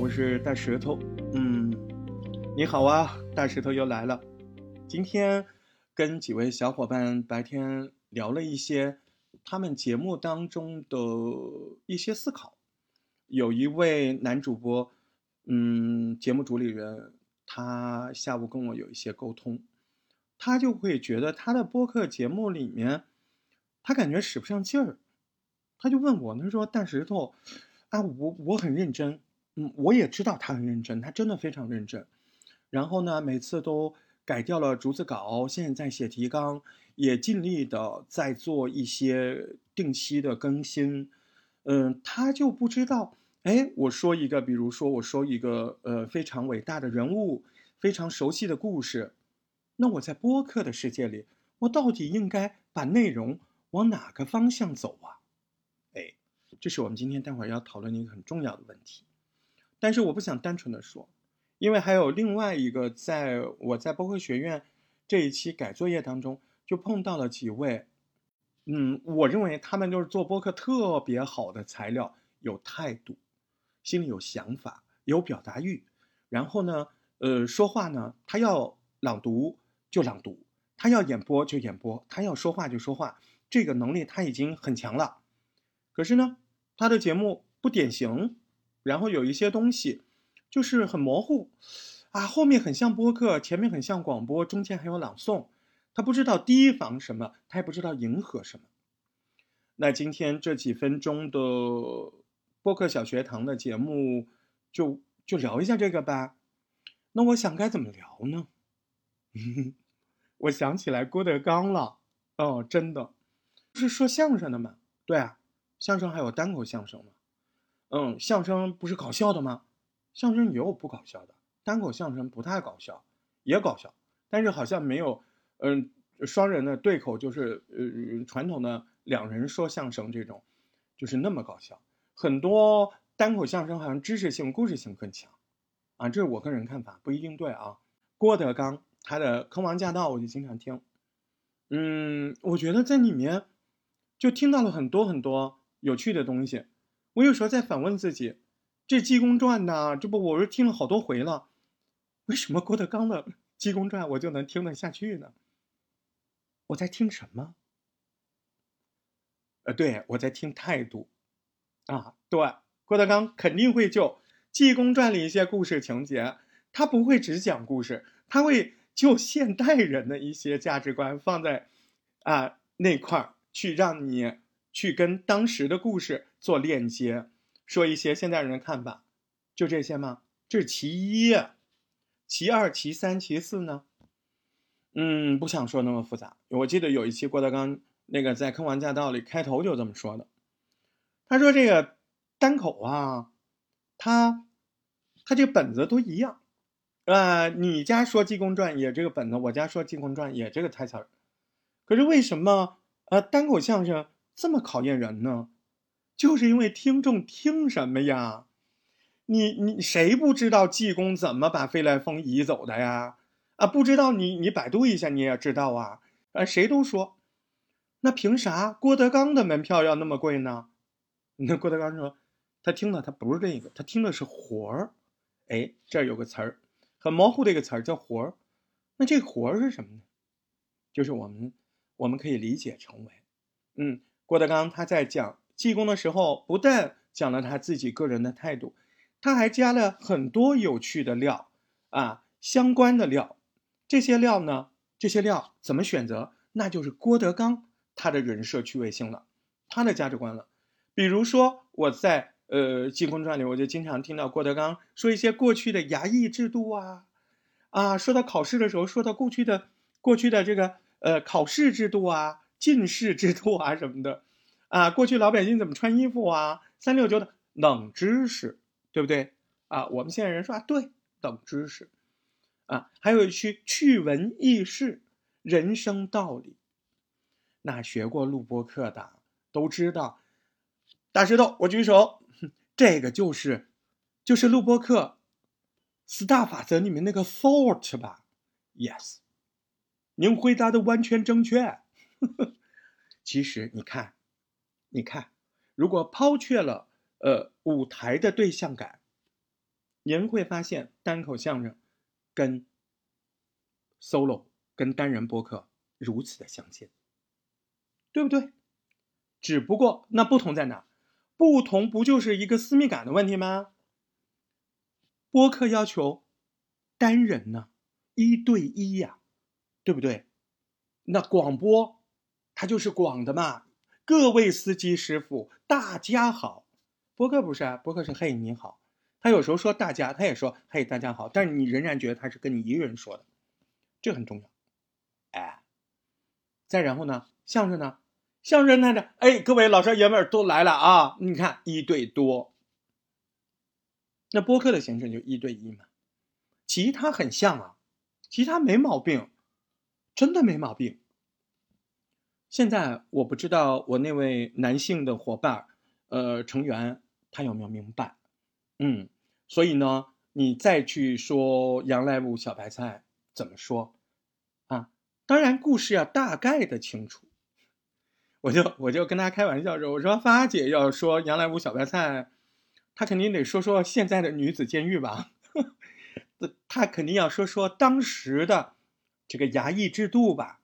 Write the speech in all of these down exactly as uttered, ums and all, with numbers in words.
我是大石头。嗯，你好啊，大石头又来了。今天跟几位小伙伴白天聊了一些他们节目当中的一些思考。有一位男主播，嗯，节目主理人，他下午跟我有一些沟通，他就会觉得他的播客节目里面，他感觉使不上劲儿，他就问我，他说：“大石头，啊，我我很认真。”嗯，我也知道他很认真，他真的非常认真。然后呢，每次都改掉了逐字稿，现在在写提纲，也尽力的在做一些定期的更新。嗯，他就不知道，哎，我说一个，比如说我说一个呃非常伟大的人物，非常熟悉的故事，那我在播客的世界里，我到底应该把内容往哪个方向走啊？哎，这是我们今天待会儿要讨论的一个很重要的问题。但是我不想单纯的说，因为还有另外一个，在我在播客学院这一期改作业当中，就碰到了几位，嗯，我认为他们就是做播客特别好的材料，有态度，心里有想法，有表达欲，然后呢，呃，说话呢，他要朗读就朗读，他要演播就演播，他要说话就说话，这个能力他已经很强了。可是呢，他的节目不典型，然后有一些东西就是很模糊啊，后面很像播客，前面很像广播，中间还有朗诵，他不知道提防什么，他也不知道迎合什么。那今天这几分钟的播客小学堂的节目就就聊一下这个吧。那我想该怎么聊呢？我想起来郭德纲了。哦，真的是说相声的嘛？对啊，相声还有单口相声嘛。嗯，相声不是搞笑的吗？相声也有不搞笑的，单口相声不太搞笑，也搞笑，但是好像没有，嗯，双人的对口就是呃传统的两人说相声这种，就是那么搞笑。很多单口相声好像知识性、故事性更强，啊，这是我个人看法，不一定对啊。郭德纲他的《坑王驾到》我就经常听，嗯，我觉得在里面就听到了很多很多有趣的东西。我有时候在反问自己，这《济公传》呐，这不我是听了好多回了，为什么郭德纲的《济公传》我就能听得下去呢？我在听什么？呃，对，我在听态度啊。对，郭德纲肯定会就《济公传》里一些故事情节，他不会只讲故事，他会就现代人的一些价值观放在啊那块儿去，让你去跟当时的故事做链接，说一些现代人的看法。就这些吗？这是其一。其二、其三、其四呢？嗯，不想说那么复杂。我记得有一期郭德纲那个在《坑王驾到》里开头就这么说的，他说这个单口啊，他他这个本子都一样，呃，你家说《济公传》也这个本子，我家说《济公传》也这个台词儿，可是为什么呃单口相声这么考验人呢？就是因为听众听什么呀？你你谁不知道济公怎么把飞来峰移走的呀？啊，不知道你你百度一下你也知道啊。啊，谁都说，那凭啥郭德纲的门票要那么贵呢？那郭德纲说，他听的他不是这个，他听的是活儿。哎，这儿有个词儿，很模糊的一个词儿叫活儿。那这活儿是什么呢？就是我们我们可以理解成为，嗯，郭德纲他在讲济公的时候，不但讲了他自己个人的态度，他还加了很多有趣的料啊，相关的料。这些料呢，这些料怎么选择？那就是郭德纲他的人设趣味性了，他的价值观了。比如说我在呃《济公传》里，我就经常听到郭德纲说一些过去的衙役制度啊，啊，说到考试的时候，说到过去的过去的这个呃考试制度啊、进士制度啊什么的，啊，过去老百姓怎么穿衣服啊，三六九等冷知识，对不对？啊，我们现在人说啊，对，冷知识啊，还有一些趣闻轶事、人生道理。那学过录播课的都知道，大石头，我举手，这个就是就是录播课四大法则里面那个 thought 吧 ？Yes，您回答的完全正确。其实你看，你看，如果抛却了呃舞台的对象感， 您会发现单口相声跟 solo 跟单人播客如此的相近，对不对？只不过那不同在哪？不同不就是一个私密感的问题吗？播客要求单人呢，一对一呀、啊，对不对？那广播它就是广的嘛，各位司机师傅大家好。播客不是啊，播客是嘿你好，他有时候说大家，他也说嘿大家好，但是你仍然觉得他是跟你一个人说的，这很重要。哎，再然后呢，相声呢，相声呢，哎，各位老少爷们儿都来了啊！你看一对多，那播客的形式就一对一嘛，其他很像啊，其他没毛病，真的没毛病。现在我不知道我那位男性的伙伴，呃，成员他有没有明白？嗯，所以呢，你再去说杨来武小白菜怎么说啊？当然故事要大概的清楚。我就我就跟他开玩笑说，我说发姐要说杨来武小白菜，他肯定得说说现在的女子监狱吧，他肯定要说说当时的这个衙役制度吧。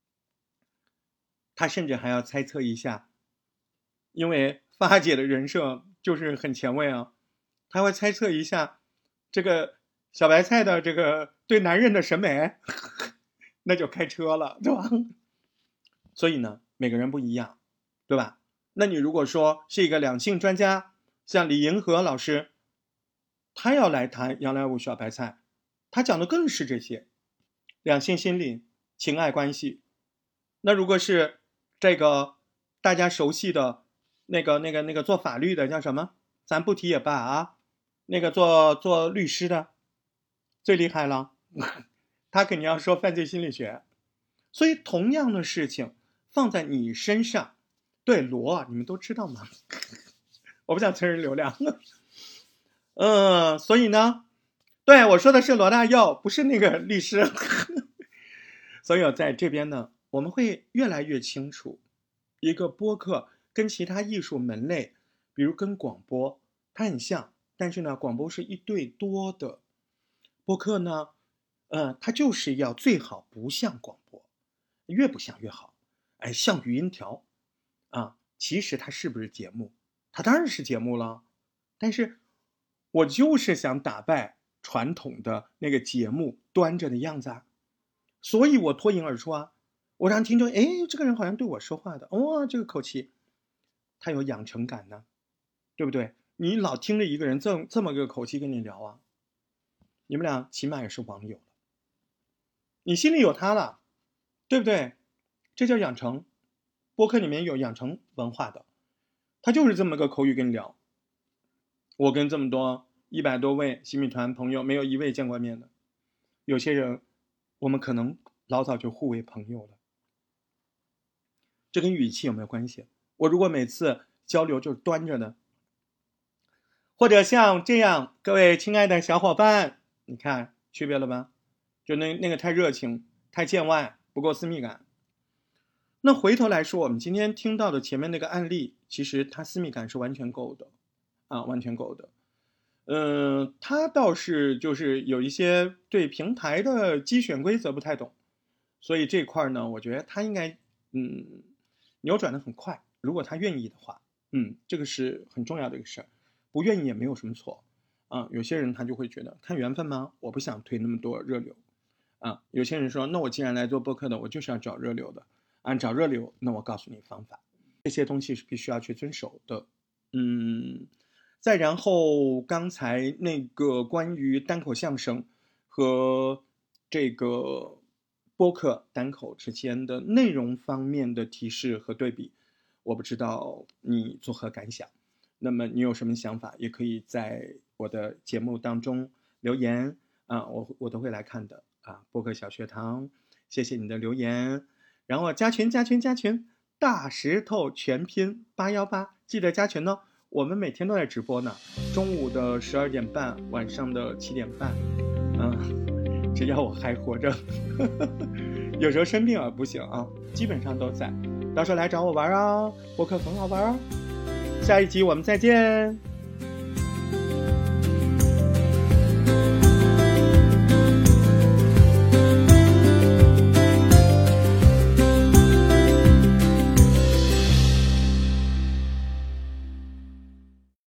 他甚至还要猜测一下，因为发姐的人设就是很前卫啊，他会猜测一下这个小白菜的这个对男人的审美，那就开车了，对吧？所以呢，每个人不一样，对吧？那你如果说是一个两性专家，像李银河老师，他要来谈杨来武小白菜，他讲的更是这些两性心理、情爱关系。那如果是这个大家熟悉的那个那个那个做法律的叫什么？咱不提也罢啊。那个做做律师的最厉害了，他肯定要说犯罪心理学。所以同样的事情放在你身上，对罗你们都知道吗？我不想蹭人流量。嗯，所以呢，对我说的是罗大佑，不是那个律师。所以在这边呢，我们会越来越清楚，一个播客跟其他艺术门类，比如跟广播，它很像，但是呢，广播是一对多的，播客呢，呃，它就是要最好不像广播，越不像越好，哎，像语音条，啊，其实它是不是节目？它当然是节目了，但是我就是想打败传统的那个节目端着的样子啊，所以我脱颖而出啊。我让听众，哎，这个人好像对我说话的，哇、哦，这个口气，他有养成感呢，对不对？你老听着一个人这这么个口气跟你聊啊，你们俩起码也是网友了，你心里有他了，对不对？这叫养成。播客里面有养成文化的，他就是这么个口语跟你聊。我跟这么多一百多位新米团朋友，没有一位见过面的，有些人我们可能老早就互为朋友了。这跟语气有没有关系？我如果每次交流就是端着的，或者像这样，各位亲爱的小伙伴，你看区别了吧？就那那个太热情，太见外，不够私密感。那回头来说，我们今天听到的前面那个案例，其实它私密感是完全够的，啊，完全够的。嗯、呃，他倒是就是有一些对平台的机选规则不太懂，所以这块呢，我觉得他应该嗯扭转的很快。如果他愿意的话，嗯，这个是很重要的一个事儿。不愿意也没有什么错啊。有些人他就会觉得看缘分吗？我不想推那么多热流啊。有些人说，那我既然来做播客的，我就是要找热流的啊，找热流，那我告诉你方法，这些东西是必须要去遵守的。嗯。再然后，刚才那个关于单口相声和这个播客单口之间的内容方面的提示和对比，我不知道你作何感想。那么你有什么想法，也可以在我的节目当中留言啊，我我都会来看的啊。播客小学堂，谢谢你的留言，然后加群加群加群，大石头全拼八一八，记得加群哦。我们每天都在直播呢，中午的十二点半，晚上的七点半，嗯，只要我还活着，有时候生病了不行啊，基本上都在，到时候来找我玩啊，播客很好玩哦。下一集我们再见。